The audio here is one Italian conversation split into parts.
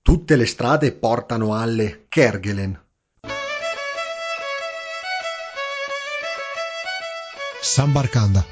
Tutte le strade portano alle Kerguelen. Sambarcanda.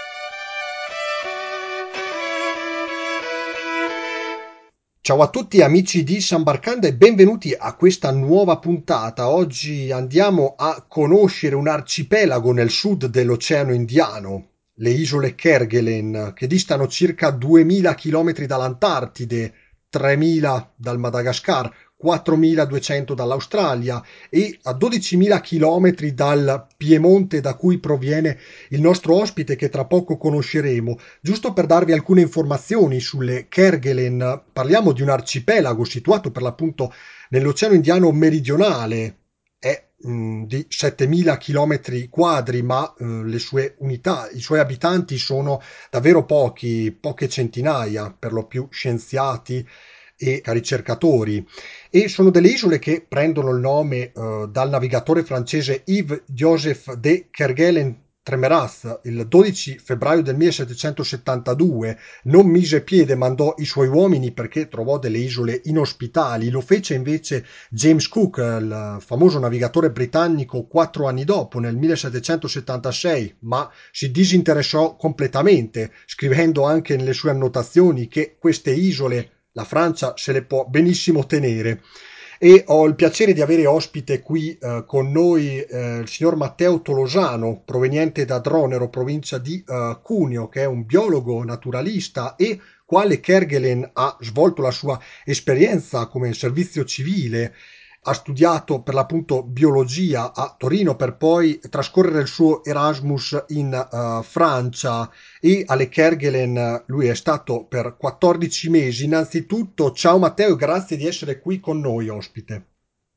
Ciao a tutti amici di Sambarcanda e benvenuti a questa nuova puntata. Oggi andiamo a conoscere un arcipelago nel sud dell'Oceano Indiano, le isole Kerguelen, che distano circa 2000 km dall'Antartide, 3000 dal Madagascar, 4200 dall'Australia e a 12.000 km dal Piemonte da cui proviene il nostro ospite che tra poco conosceremo. Giusto per darvi alcune informazioni sulle Kerguelen, parliamo di un arcipelago situato per l'appunto nell'Oceano Indiano meridionale, è di 7.000 km quadri, ma le sue unità, i suoi abitanti sono davvero pochi, poche centinaia, per lo più scienziati e ricercatori, e sono delle isole che prendono il nome dal navigatore francese Yves-Joseph de Kerguelen-Tremeraz. Il 12 febbraio del 1772 non mise piede, mandò i suoi uomini perché trovò delle isole inospitali. Lo fece invece James Cook, il famoso navigatore britannico, 4 anni dopo, nel 1776, ma si disinteressò completamente, scrivendo anche nelle sue annotazioni che queste isole la Francia se le può benissimo tenere. E ho il piacere di avere ospite qui con noi il signor Matteo Tolosano, proveniente da Dronero, provincia di Cuneo, che è un biologo naturalista e quale Kerguelen ha svolto la sua esperienza come servizio civile. Ha studiato per l'appunto biologia a Torino per poi trascorrere il suo Erasmus in Francia, e alle Kerguelen lui è stato per 14 mesi. Innanzitutto, ciao Matteo e grazie di essere qui con noi ospite.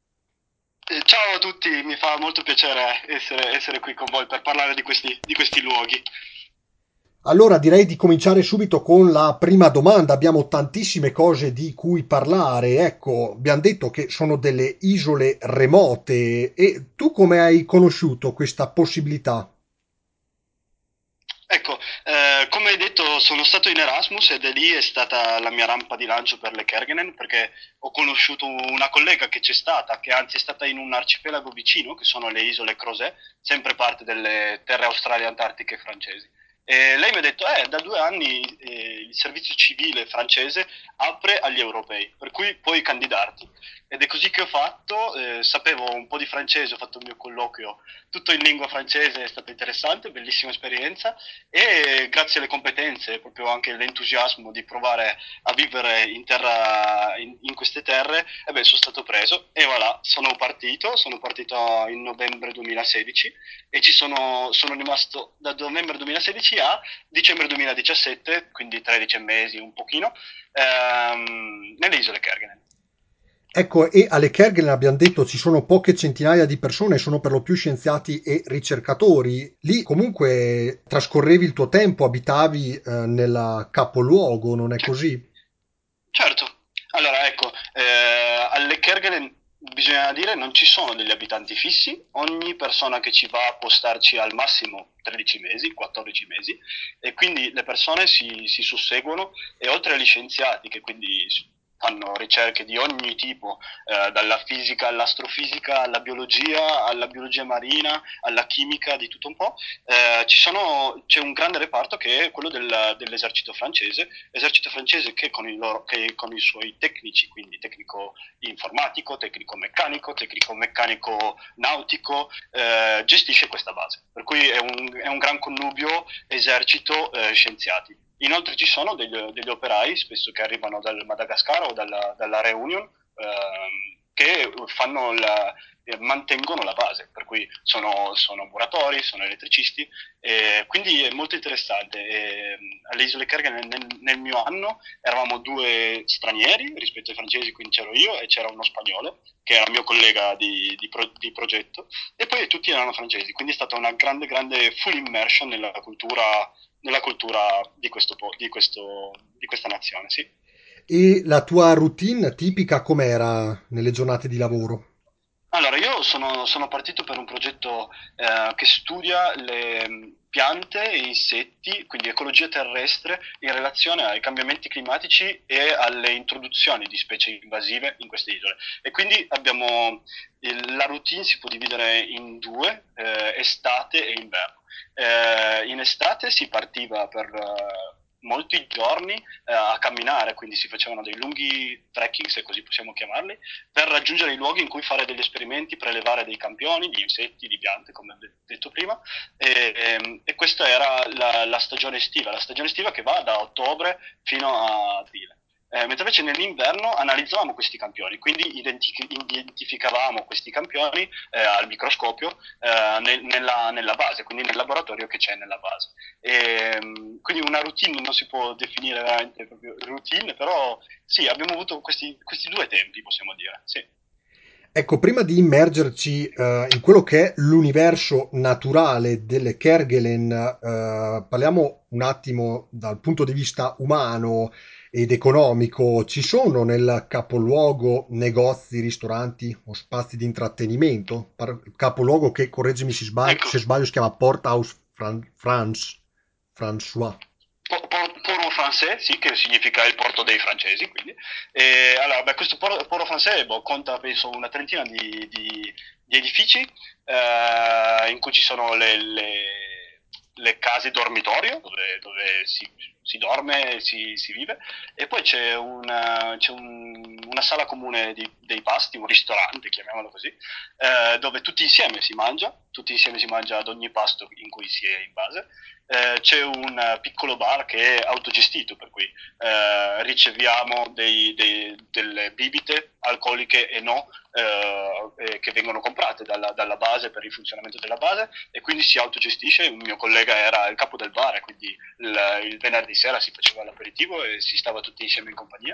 Ciao a tutti, mi fa molto piacere essere qui con voi per parlare di questi luoghi. Allora direi di cominciare subito con la prima domanda. Abbiamo tantissime cose di cui parlare. Ecco, abbiamo detto che sono delle isole remote, e tu come hai conosciuto questa possibilità? Ecco, come hai detto, sono stato in Erasmus ed è lì è stata la mia rampa di lancio per le Kerguelen perché ho conosciuto una collega che c'è stata, che anzi è stata in un arcipelago vicino, che sono le isole Crozet, sempre parte delle terre australi antartiche francesi. E lei mi ha detto, da 2 anni il servizio civile francese apre agli europei, per cui puoi candidarti. Ed è così che ho fatto, sapevo un po' di francese, ho fatto il mio colloquio tutto in lingua francese, è stato interessante, bellissima esperienza e grazie alle competenze, proprio anche l'entusiasmo di provare a vivere in queste terre, sono stato preso e voilà, sono partito in novembre 2016 e sono rimasto da novembre 2016 a dicembre 2017, quindi 13 mesi, un pochino, nelle isole Kerguelen. Ecco, e alle Kerguelen abbiamo detto ci sono poche centinaia di persone, sono per lo più scienziati e ricercatori. Lì comunque trascorrevi il tuo tempo, abitavi nel capoluogo, non è così? Certo, allora ecco, alle Kerguelen bisogna dire non ci sono degli abitanti fissi, ogni persona che ci va può starci al massimo 13 mesi, 14 mesi e quindi le persone si susseguono e oltre agli scienziati che quindi fanno ricerche di ogni tipo, dalla fisica all'astrofisica, alla biologia marina, alla chimica, di tutto un po', c'è un grande reparto che è quello dell'esercito francese, che con i suoi tecnici, quindi tecnico informatico, tecnico meccanico nautico, gestisce questa base. Per cui è un gran connubio esercito scienziati. Inoltre ci sono degli operai, spesso che arrivano dal Madagascar o dalla Reunion, che mantengono la base, per cui sono muratori, sono elettricisti, quindi è molto interessante. Alle Isole Kerguelen nel mio anno eravamo due stranieri rispetto ai francesi, quindi c'ero io e c'era uno spagnolo, che era mio collega di progetto, e poi tutti erano francesi, quindi è stata una grande, grande full immersion nella cultura di questa nazione, sì. E la tua routine tipica com'era nelle giornate di lavoro? Allora, io sono partito per un progetto che studia le piante e insetti, quindi ecologia terrestre, in relazione ai cambiamenti climatici e alle introduzioni di specie invasive in queste isole. E quindi la routine si può dividere in due, estate e inverno. In estate si partiva per molti giorni a camminare, quindi si facevano dei lunghi trekking, se così possiamo chiamarli, per raggiungere i luoghi in cui fare degli esperimenti, prelevare dei campioni di insetti, di piante, come ho detto prima, e questa era la stagione estiva, che va da ottobre fino a aprile. Mentre invece nell'inverno analizzavamo questi campioni, quindi identificavamo questi campioni al microscopio nella base, quindi nel laboratorio che c'è nella base. Quindi una routine non si può definire veramente proprio routine, però sì, abbiamo avuto questi due tempi, possiamo dire. Sì. Ecco, prima di immergerci in quello che è l'universo naturale delle Kerguelen, parliamo un attimo dal punto di vista umano ed economico. Ci sono nel capoluogo negozi, ristoranti o spazi di intrattenimento? Capoluogo che, correggimi Ecco, se sbaglio, si chiama Porthouse France, François. Port-au-Français, sì, che significa il porto dei francesi, quindi. Allora, beh, questo Port-au-Français conta, penso, una trentina di edifici in cui ci sono le case dormitorio, dove si dorme e si vive, e poi c'è una sala comune dei pasti, un ristorante, chiamiamolo così, dove tutti insieme si mangia ad ogni pasto in cui si è in base. C'è un piccolo bar che è autogestito, per cui riceviamo delle bibite alcoliche e no, che vengono comprate dalla base per il funzionamento della base, e quindi si autogestisce. Un mio collega era il capo del bar, e quindi il venerdì sera si faceva l'aperitivo e si stava tutti insieme in compagnia.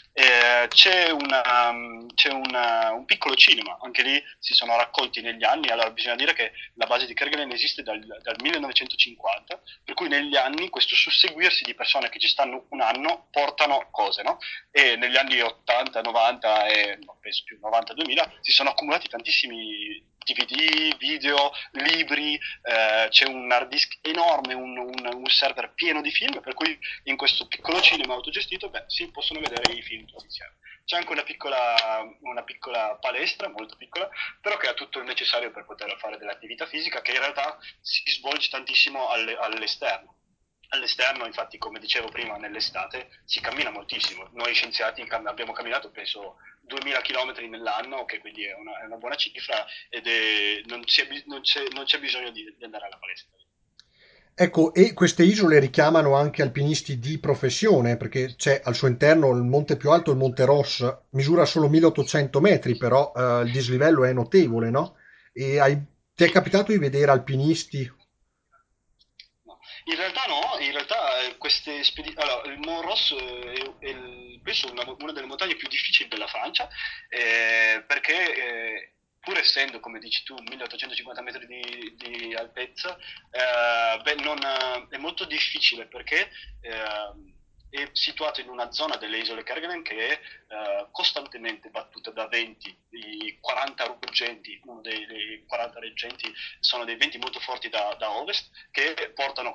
Un piccolo cinema, anche lì si sono raccolti negli anni. Allora, bisogna dire che la base di Kerguelen esiste dal 1950, per cui negli anni questo susseguirsi di persone che ci stanno un anno portano cose, no? E negli anni 80, 90 e no, penso più 90-2000 si sono accumulati tantissimi DVD, video, libri, c'è un hard disk enorme, un server pieno di film, per cui in questo piccolo cinema autogestito, beh, si possono vedere i film tutti insieme. C'è anche una piccola palestra, molto piccola, però che ha tutto il necessario per poter fare dell'attività fisica, che in realtà si svolge tantissimo all'esterno. All'esterno, infatti, come dicevo prima, nell'estate si cammina moltissimo. Noi scienziati abbiamo camminato, penso, 2000 km nell'anno, che quindi è una buona cifra, ed non c'è bisogno di andare alla palestra. Ecco, e queste isole richiamano anche alpinisti di professione, perché c'è al suo interno il monte più alto, il Monte Ross, misura solo 1800 metri, però il dislivello è notevole, no? E ti è Sì. capitato di vedere alpinisti? No. In realtà no, in realtà queste spedizioni. Allora, il Mont Ross penso una delle montagne più difficili della Francia, perché pur essendo, come dici tu, 1850 metri di altezza, beh, è molto difficile, perché è situato in una zona delle isole Kerguelen che è costantemente battuta da venti, i 40 ruggenti. Uno dei 40 ruggenti sono dei venti molto forti da ovest, che portano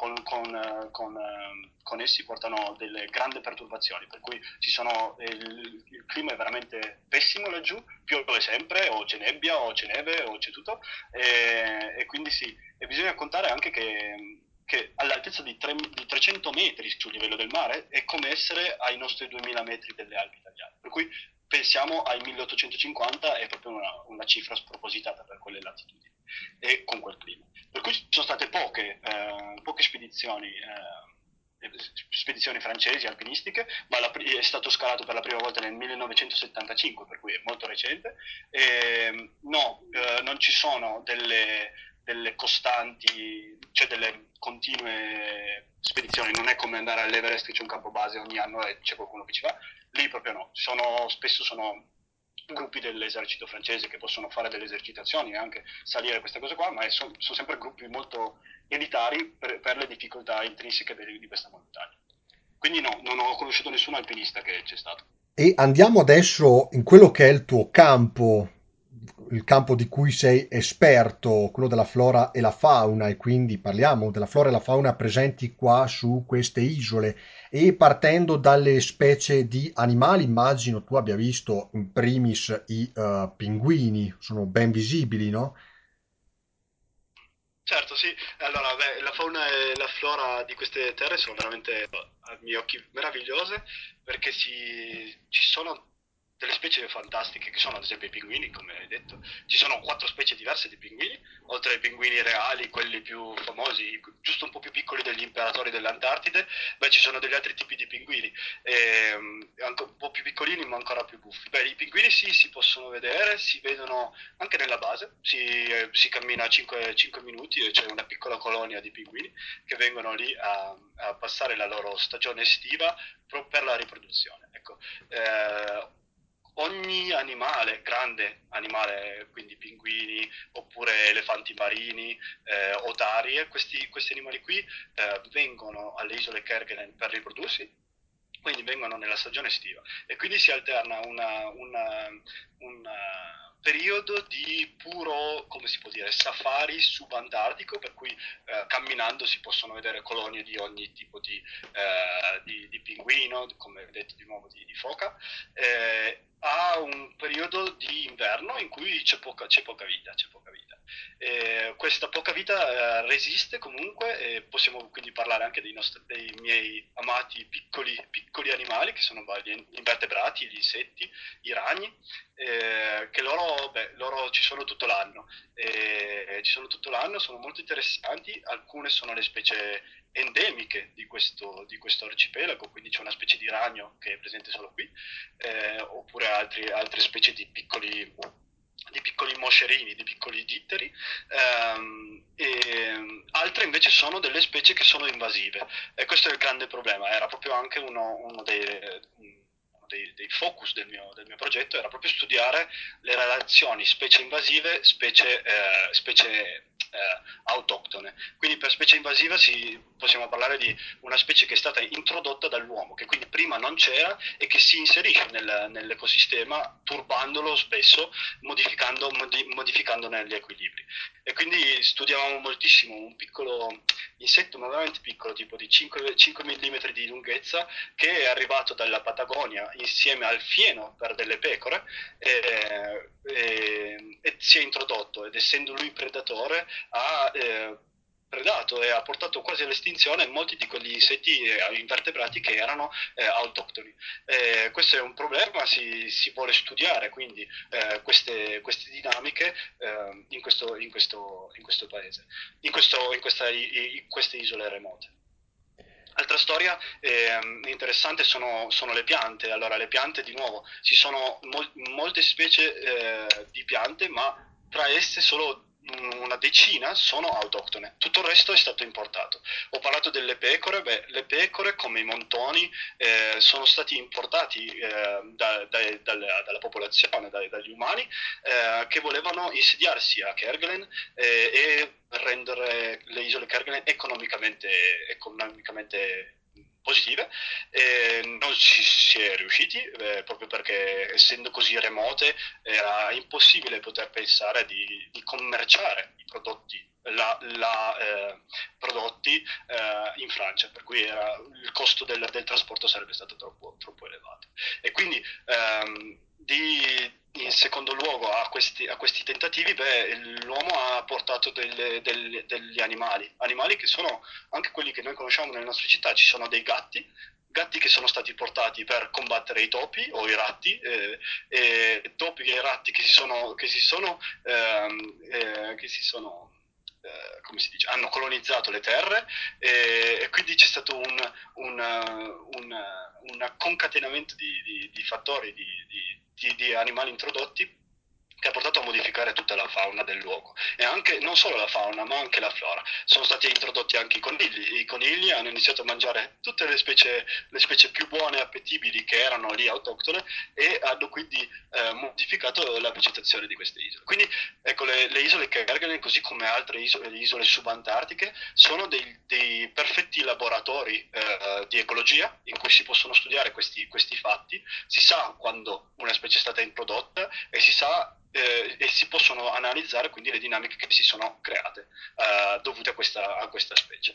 con essi portano delle grandi perturbazioni, per cui il clima è veramente pessimo laggiù, piove sempre, o c'è nebbia, o c'è neve, o c'è tutto, e quindi sì. E bisogna contare anche che all'altezza di 300 metri sul livello del mare è come essere ai nostri 2000 metri delle Alpi italiane, per cui pensiamo ai 1850, è proprio una cifra spropositata per quelle latitudini e con quel clima. Per cui ci sono state poche spedizioni francesi alpinistiche, ma è stato scalato per la prima volta nel 1975, per cui è molto recente. No, non ci sono delle costanti, cioè delle continue spedizioni. Non è come andare all'Everest, che c'è un campo base ogni anno e c'è qualcuno che ci va. Lì proprio no, spesso sono gruppi dell'esercito francese che possono fare delle esercitazioni e anche salire queste cose qua, ma sono sempre gruppi molto elitari per le difficoltà intrinseche di questa montagna. Quindi no, non ho conosciuto nessun alpinista che c'è stato. E andiamo adesso in quello che è il tuo campo. il campo di cui sei esperto, quello della flora e la fauna, e quindi parliamo della flora e la fauna presenti qua su queste isole. E partendo dalle specie di animali, immagino tu abbia visto in primis i pinguini, sono ben visibili, no? Certo, sì. Allora, beh, la fauna e la flora di queste terre sono veramente, ai miei occhi, meravigliose perché ci sono delle specie fantastiche che sono ad esempio i pinguini, come hai detto. Ci sono quattro specie diverse di pinguini, oltre ai pinguini reali, quelli più famosi, giusto un po' più piccoli degli imperatori dell'Antartide. Beh, ci sono degli altri tipi di pinguini, anche un po' più piccolini ma ancora più buffi. Beh, i pinguini sì, si possono vedere, si vedono anche nella base, si cammina 5 minuti e c'è una piccola colonia di pinguini che vengono lì a passare la loro stagione estiva per la riproduzione. Ecco, ogni animale, grande animale, quindi pinguini oppure elefanti marini, otarie, questi animali qui vengono alle isole Kerguelen per riprodursi, quindi vengono nella stagione estiva e quindi si alterna un periodo di puro, come si può dire, safari subantartico, per cui camminando si possono vedere colonie di ogni tipo di pinguino, come detto di nuovo di foca, a un periodo di inverno in cui c'è poca vita, c'è poca vita. Questa poca vita resiste comunque e possiamo quindi parlare anche dei miei amati piccoli animali che sono gli invertebrati, gli insetti, i ragni, che loro ci sono tutto l'anno. Ci sono tutto l'anno, sono molto interessanti, alcune sono le specie endemiche di questo arcipelago, quindi c'è una specie di ragno che è presente solo qui, oppure altre specie di piccoli moscerini, di piccoli ditteri, e altre invece sono delle specie che sono invasive. E questo è il grande problema, era proprio anche uno dei focus del mio progetto, era proprio studiare le relazioni specie invasive, specie autoctone. Quindi per specie invasiva possiamo parlare di una specie che è stata introdotta dall'uomo, che quindi prima non c'era e che si inserisce nell'ecosistema turbandolo spesso, modificandone gli equilibri. E quindi studiavamo moltissimo un piccolo insetto, ma veramente piccolo, tipo di 5 mm di lunghezza, che è arrivato dalla Patagonia insieme al fieno per delle pecore e si è introdotto, ed essendo lui predatore ha predato e ha portato quasi all'estinzione molti di quegli insetti invertebrati che erano autoctoni. Questo è un problema, si vuole studiare quindi queste dinamiche in questo paese, in queste isole remote. Altra storia interessante sono le piante. Allora, le piante, di nuovo, ci sono molte specie di piante, ma tra esse solo una decina sono autoctone. Tutto il resto è stato importato. Ho parlato delle pecore. Beh, le pecore, come i montoni, sono stati importati dalla popolazione, dagli umani, che volevano insediarsi a Kerguelen e rendere le isole Kerguelen economicamente positive. Non si è riusciti, proprio perché essendo così remote era impossibile poter pensare di commerciare i prodotti prodotti in Francia, per cui il costo del trasporto sarebbe stato troppo elevato. E quindi in secondo luogo a questi tentativi, l'uomo ha portato degli animali che sono anche quelli che noi conosciamo nelle nostre città. Ci sono dei gatti che sono stati portati per combattere i topi o i ratti, e topi e ratti come si dice, hanno colonizzato le terre, e quindi c'è stato un concatenamento di fattori, di animali introdotti, che ha portato a modificare tutta la fauna del luogo, e anche non solo la fauna ma anche la flora. Sono stati introdotti anche i conigli hanno iniziato a mangiare tutte le specie più buone e appetibili che erano lì autoctone, e hanno quindi modificato la vegetazione di queste isole. Quindi ecco, le isole Kerguelen, così come altre isole, le isole subantartiche, sono dei perfetti laboratori di ecologia, in cui si possono studiare questi fatti. Si sa quando una specie è stata introdotta e si sa e si possono analizzare quindi le dinamiche che si sono create dovute a questa specie.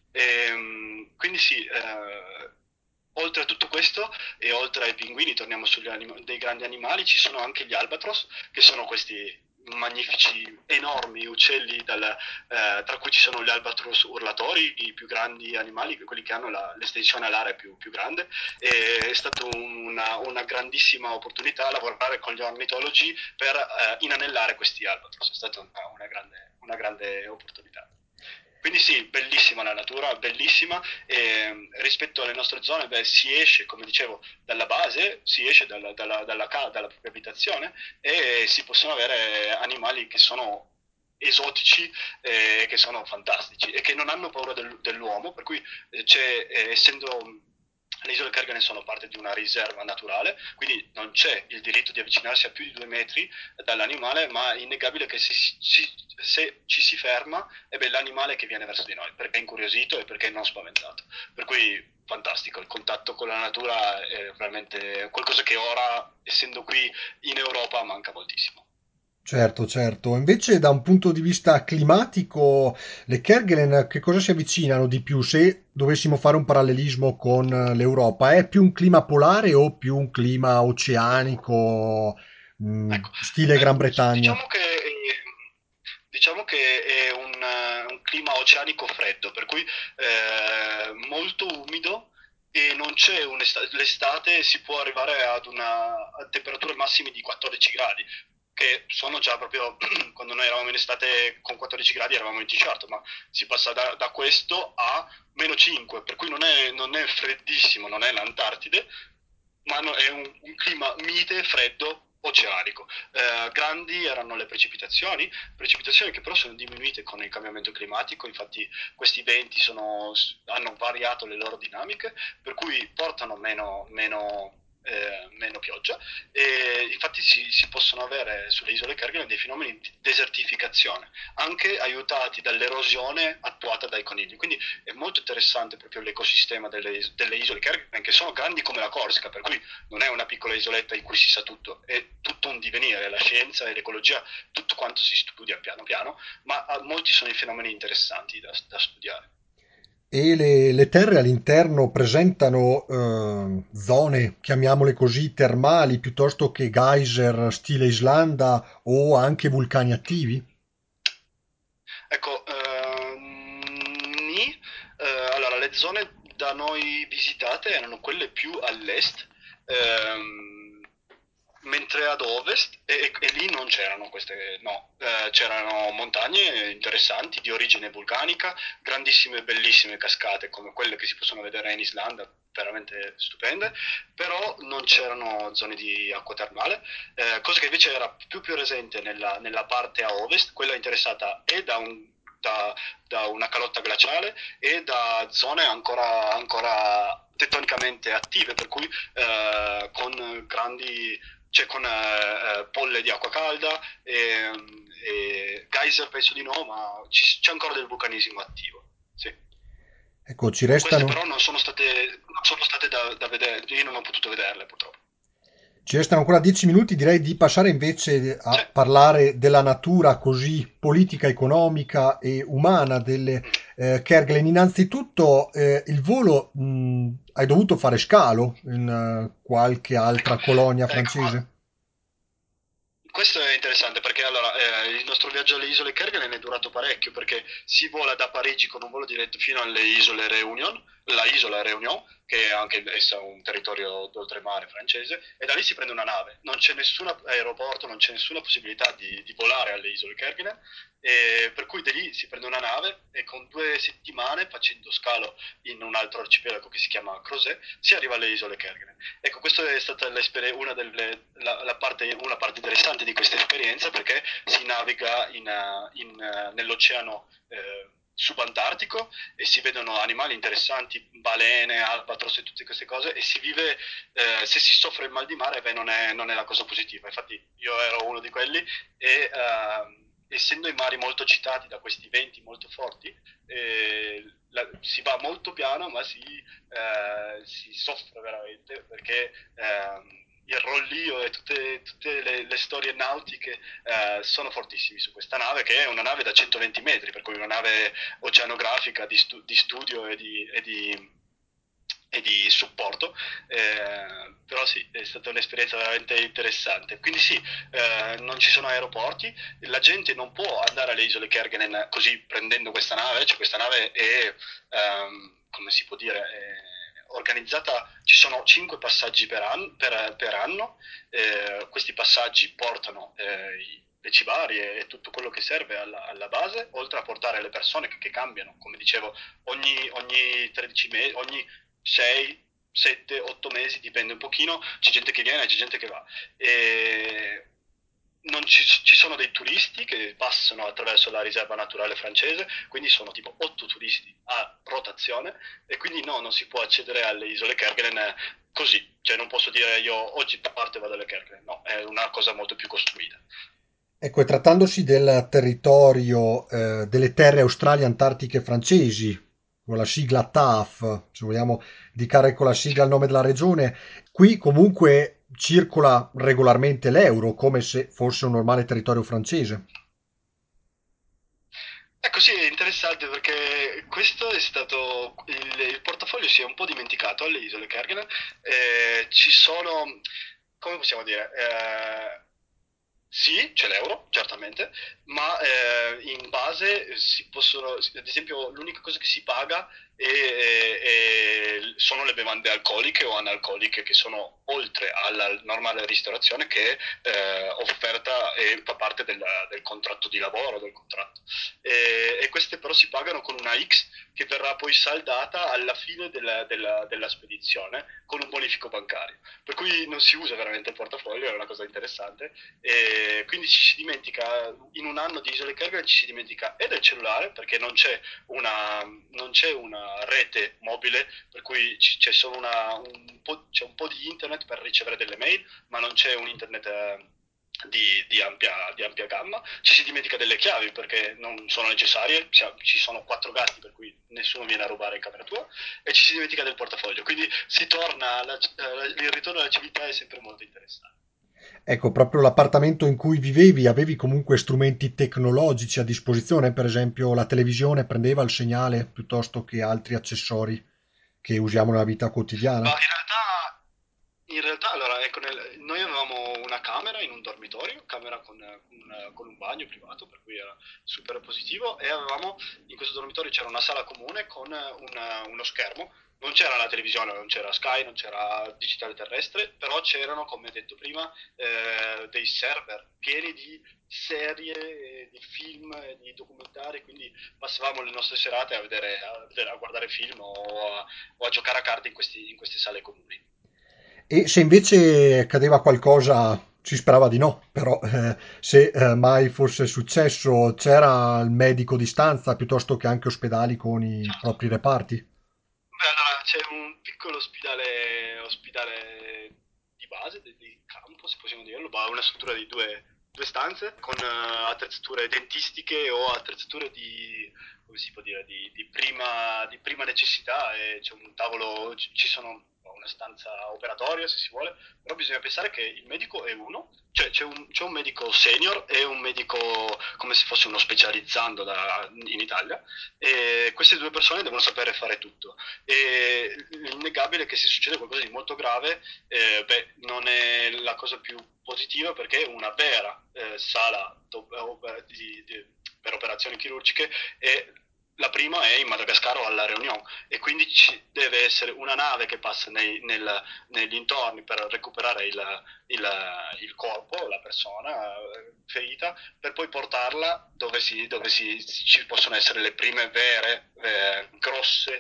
Quindi sì, oltre a tutto questo e oltre ai pinguini, torniamo sugli dei grandi animali, ci sono anche gli albatros, che sono questi magnifici, enormi uccelli, tra cui ci sono gli albatros urlatori, i più grandi animali, quelli che hanno l'estensione alare più grande. E è stata una grandissima opportunità lavorare con gli ornitologi per inanellare questi albatros, è stata una grande opportunità. Quindi sì, bellissima la natura, bellissima, e rispetto alle nostre zone, beh, si esce, come dicevo, dalla base, si esce dalla propria abitazione e si possono avere animali che sono esotici, che sono fantastici e che non hanno paura dell'uomo, per cui essendo le isole Kerguelen sono parte di una riserva naturale, quindi non c'è il diritto di avvicinarsi a più di 2 metri dall'animale, ma è innegabile che se ci si ferma è l'animale che viene verso di noi, perché è incuriosito e perché è non spaventato. Per cui fantastico, il contatto con la natura è veramente qualcosa che ora, essendo qui in Europa, manca moltissimo. Certo, certo. Invece da un punto di vista climatico, le Kerguelen a che cosa si avvicinano di più se dovessimo fare un parallelismo con l'Europa? È più un clima polare o più un clima oceanico, Ecco, stile Gran Bretagna? diciamo che è un clima oceanico freddo, per cui molto umido e non c'è l'estate si può arrivare a temperature massime di 14 gradi, che sono già proprio quando noi eravamo in estate con 14 gradi eravamo in t-shirt, ma si passa da questo a meno 5, per cui non è freddissimo, non è l'Antartide, ma è un clima mite, freddo, oceanico. Grandi erano le precipitazioni che però sono diminuite con il cambiamento climatico, infatti questi venti hanno variato le loro dinamiche, per cui portano meno pioggia e infatti si possono avere sulle isole Kerguelen dei fenomeni di desertificazione, anche aiutati dall'erosione attuata dai conigli. Quindi è molto interessante proprio l'ecosistema delle isole Kerguelen, che sono grandi come la Corsica, per cui non è una piccola isoletta in cui si sa tutto, è tutto un divenire, la scienza e l'ecologia, tutto quanto si studia piano piano, ma molti sono i fenomeni interessanti da studiare. E le terre all'interno presentano zone, chiamiamole così, termali piuttosto che geyser stile Islanda o anche vulcani attivi? Ecco, allora le zone da noi visitate erano quelle più all'est, ehm, mentre ad ovest, e lì non c'erano queste, no, c'erano montagne interessanti di origine vulcanica, grandissime e bellissime cascate come quelle che si possono vedere in Islanda, veramente stupende, però non c'erano zone di acqua termale, cosa che invece era più presente nella parte a ovest, quella interessata e da, da una calotta glaciale e da zone ancora tettonicamente attive, per cui con grandi, cioè con polle di acqua calda e geyser penso di no, ma c'è ancora del vulcanismo attivo. Sì. Ecco, ci Queste restano. però non sono state da vedere, io non ho potuto vederle purtroppo. Ci restano ancora 10 minuti, direi di passare invece a Sì. parlare della natura così politica, economica e umana delle Mm. Kerguelen. Innanzitutto, il volo hai dovuto fare scalo in qualche Ecco, altra colonia ecco, francese? questo è interessante perché allora, il nostro viaggio alle isole Kerguelen è durato parecchio perché si vola da Parigi con un volo diretto fino alle isole Réunion, la isola Réunion, che è anche essa un territorio d'oltremare francese, e da lì si prende una nave. Non c'è nessun aeroporto, non c'è nessuna possibilità di volare alle isole Kerguelen, e per cui da lì si prende una nave e con 2 settimane, facendo scalo in un altro arcipelago che si chiama Crozet, si arriva alle isole Kerguelen. Ecco, questa è stata una parte interessante di questa esperienza perché si naviga nell'oceano subantartico e si vedono animali interessanti, balene, albatros e tutte queste cose e si vive, se si soffre il mal di mare, beh, non è la cosa positiva. Infatti io ero uno di quelli e essendo i mari molto agitati da questi venti molto forti, si va molto piano ma si soffre veramente perché il rollio e tutte le storie nautiche sono fortissimi su questa nave, che è una nave da 120 metri, per cui una nave oceanografica di studio e di supporto, però sì, è stata un'esperienza veramente interessante. Quindi sì, non ci sono aeroporti, la gente non può andare alle isole Kerguelen così prendendo questa nave, cioè questa nave è, come si può dire, è organizzata, ci sono 5 passaggi per anno, questi passaggi portano le cibarie e tutto quello che serve alla base, oltre a portare le persone che cambiano, come dicevo, ogni 13 mesi, ogni 6, 7, 8 mesi, dipende un pochino, c'è gente che viene e c'è gente che va. E non ci sono dei turisti che passano attraverso la riserva naturale francese, quindi sono tipo 8 turisti a rotazione e quindi no, non si può accedere alle isole Kerguelen così, cioè non posso dire io oggi parto e vado alle Kerguelen, no, è una cosa molto più costruita. Ecco, e trattandosi del territorio, delle terre australi antartiche francesi, con la sigla TAF, se vogliamo indicare con la sigla il nome della regione, qui comunque circola regolarmente l'euro, come se fosse un normale territorio francese. Ecco, sì, è interessante perché questo è stato il portafoglio si è un po' dimenticato alle isole Kerguelen. Ci sono, come possiamo dire, sì, c'è l'euro, certamente, ma in base si possono, ad esempio, l'unica cosa che si paga sono le bevande alcoliche o analcoliche che sono oltre alla normale ristorazione che è offerta e fa parte del contratto di lavoro, del contratto. E queste però si pagano con una X che verrà poi saldata alla fine della spedizione con un bonifico bancario. Per cui non si usa veramente il portafoglio, è una cosa interessante e quindi ci si dimentica, in un anno di Isole Kerguelen ci si dimentica e del cellulare perché non c'è una rete mobile, per cui c'è solo c'è un po' di internet per ricevere delle mail, ma non c'è un internet di ampia gamma. Ci si dimentica delle chiavi perché non sono necessarie, ci sono 4 gatti per cui nessuno viene a rubare in camera tua e ci si dimentica del portafoglio, quindi si torna il ritorno alla civiltà è sempre molto interessante. Ecco, proprio l'appartamento in cui vivevi, avevi comunque strumenti tecnologici a disposizione, per esempio la televisione prendeva il segnale piuttosto che altri accessori che usiamo nella vita Ma quotidiana. in realtà allora, ecco, noi avevamo una camera in un dormitorio, camera con un bagno privato, per cui era super positivo, e avevamo, in questo dormitorio c'era una sala comune con uno schermo, non c'era la televisione, non c'era Sky, non c'era digitale terrestre, però c'erano, come detto prima, dei server pieni di serie, di film, di documentari, quindi passavamo le nostre serate a guardare film o a giocare a carte in queste sale comuni. E se invece accadeva qualcosa, si sperava di no, però se mai fosse successo, c'era il medico di stanza piuttosto che anche ospedali con i Certo. propri reparti. Beh, allora c'è un piccolo ospedale di base, di campo, se possiamo dirlo, ma una struttura di due stanze con attrezzature dentistiche o attrezzature come si può dire, di prima necessità e c'è un tavolo, ci sono una stanza operatoria se si vuole, però bisogna pensare che il medico è uno, cioè c'è un medico senior e un medico come se fosse uno specializzando in Italia e queste due persone devono sapere fare tutto e l'innegabile è che se succede qualcosa di molto grave, non è la cosa più positiva perché una vera sala per operazioni chirurgiche è la prima è in Madagascar o alla Réunion e quindi ci deve essere una nave che passa negli intorni per recuperare il corpo, la persona ferita, per poi portarla ci possono essere le prime vere, grosse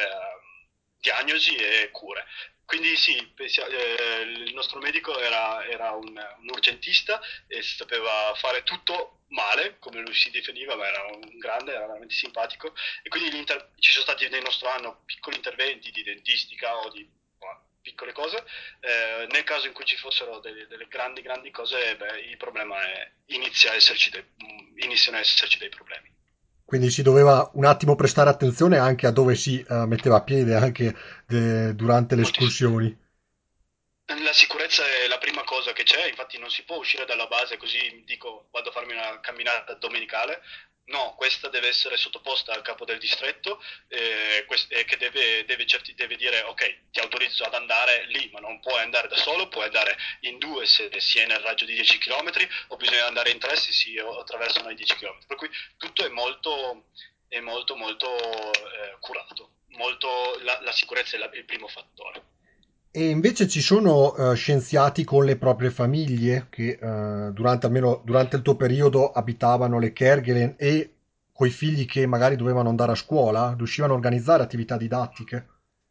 diagnosi e cure. Quindi sì, il nostro medico era un urgentista e sapeva fare tutto male, come lui si definiva, ma era un grande, era veramente simpatico. E quindi ci sono stati nel nostro anno piccoli interventi di dentistica o di piccole cose. Nel caso in cui ci fossero delle grandi, grandi cose, il problema è, iniziano a esserci dei problemi. Quindi si doveva un attimo prestare attenzione anche a dove si metteva piede anche durante le Moltissimo. escursioni. La sicurezza è la prima cosa che c'è, infatti non si può uscire dalla base così dico vado a farmi una camminata domenicale. No, questa deve essere sottoposta al capo del distretto che deve dire ok, ti autorizzo ad andare lì, ma non puoi andare da solo, puoi andare in due se si è nel raggio di 10 km o bisogna andare in tre se si attraversano i 10 km. Per cui tutto è molto curato. La sicurezza è il primo fattore. E invece ci sono scienziati con le proprie famiglie che almeno durante il tuo periodo abitavano le Kerguelen e coi figli che magari dovevano andare a scuola, riuscivano a organizzare attività didattiche.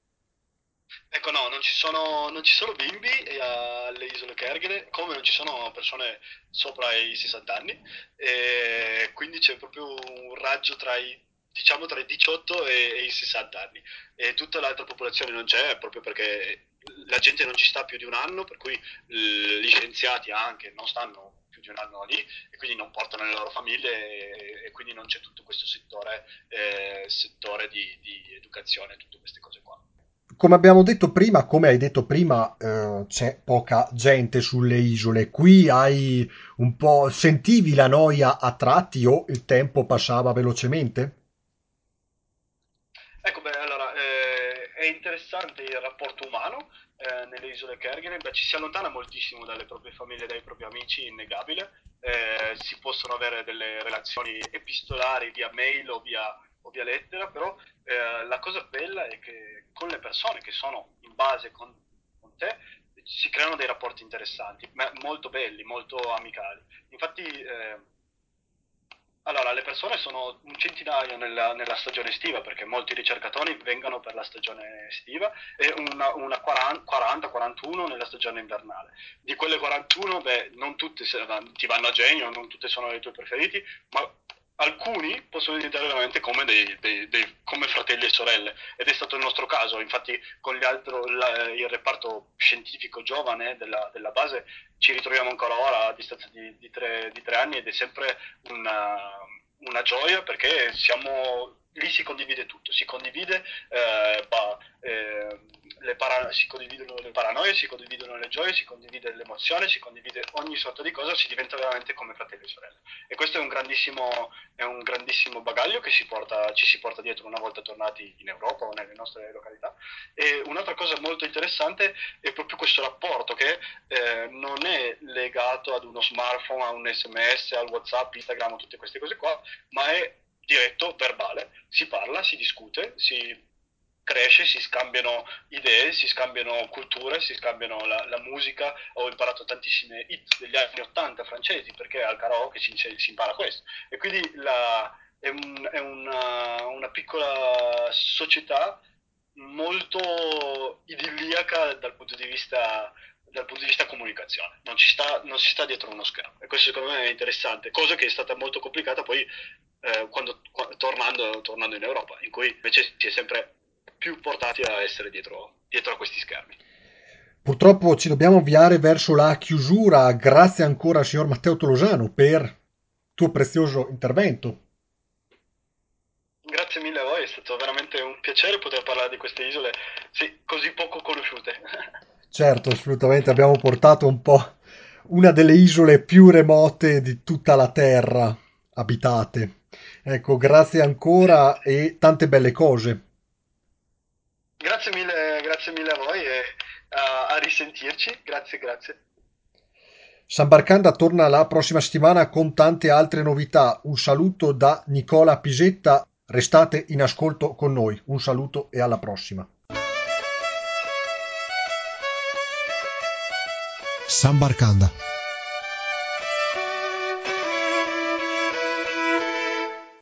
Ecco, no, non ci sono bimbi alle isole Kerguelen, come non ci sono persone sopra i 60 anni, e quindi c'è proprio un raggio diciamo, tra i 18 e i 60 anni, e tutta l'altra popolazione non c'è proprio perché la gente non ci sta più di un anno, per cui gli scienziati anche non stanno più di un anno lì e quindi non portano le loro famiglie e quindi non c'è tutto questo settore di educazione, tutte queste cose qua. Come abbiamo detto prima, come hai detto prima, c'è poca gente sulle isole. Qui hai un po', sentivi la noia a tratti o il tempo passava velocemente? Ecco, beh, allora, è interessante il rapporto umano nelle isole Kerguelen. Beh, ci si allontana moltissimo dalle proprie famiglie, dai propri amici, innegabile. Si possono avere delle relazioni epistolari via mail o via lettera, però la cosa bella è che con le persone che sono in base con te si creano dei rapporti interessanti, ma molto belli, molto amicali. Infatti, allora, le persone sono un centinaio nella stagione estiva, perché molti ricercatori vengono per la stagione estiva, e una 40-41 nella stagione invernale. Di quelle 41, beh, non tutte ti vanno a genio, non tutte sono i tuoi preferiti, ma alcuni possono diventare veramente come come fratelli e sorelle, ed è stato il nostro caso. Infatti con il reparto scientifico giovane della base ci ritroviamo ancora ora a distanza di tre anni, ed è sempre una gioia perché lì si condivide tutto, si condivide, si condividono le paranoie, si condividono le gioie, si condivide l'emozione, si condivide ogni sorta di cosa, si diventa veramente come fratelli e sorelle. E questo è un grandissimo bagaglio che ci si porta dietro una volta tornati in Europa o nelle nostre località. E un'altra cosa molto interessante è proprio questo rapporto che non è legato ad uno smartphone, a un SMS, al WhatsApp, Instagram, tutte queste cose qua, ma è diretto, verbale, si parla, si discute, si cresce, si scambiano idee, si scambiano culture, si scambiano la musica. Ho imparato tantissime hit degli anni 80 francesi perché al karaoke si impara questo. E quindi è una piccola società molto idilliaca dal punto di vista comunicazione. Non si sta dietro uno schermo, e questo secondo me è interessante, cosa che è stata molto complicata poi tornando in Europa, in cui invece si è sempre più portati a essere dietro a questi schermi. Purtroppo ci dobbiamo avviare verso la chiusura. Grazie ancora al signor Matteo Tolosano per il tuo prezioso intervento. Grazie mille a voi, è stato veramente un piacere poter parlare di queste isole, sì, così poco conosciute. Certo, assolutamente, abbiamo portato un po' una delle isole più remote di tutta la Terra abitate. Ecco, grazie Sì. ancora e tante belle cose. Grazie mille a voi e a risentirci. Grazie, grazie. San Barcanda torna la prossima settimana con tante altre novità. Un saluto da Nicola Pisetta. Restate in ascolto con noi. Un saluto e alla prossima. San Barcanda.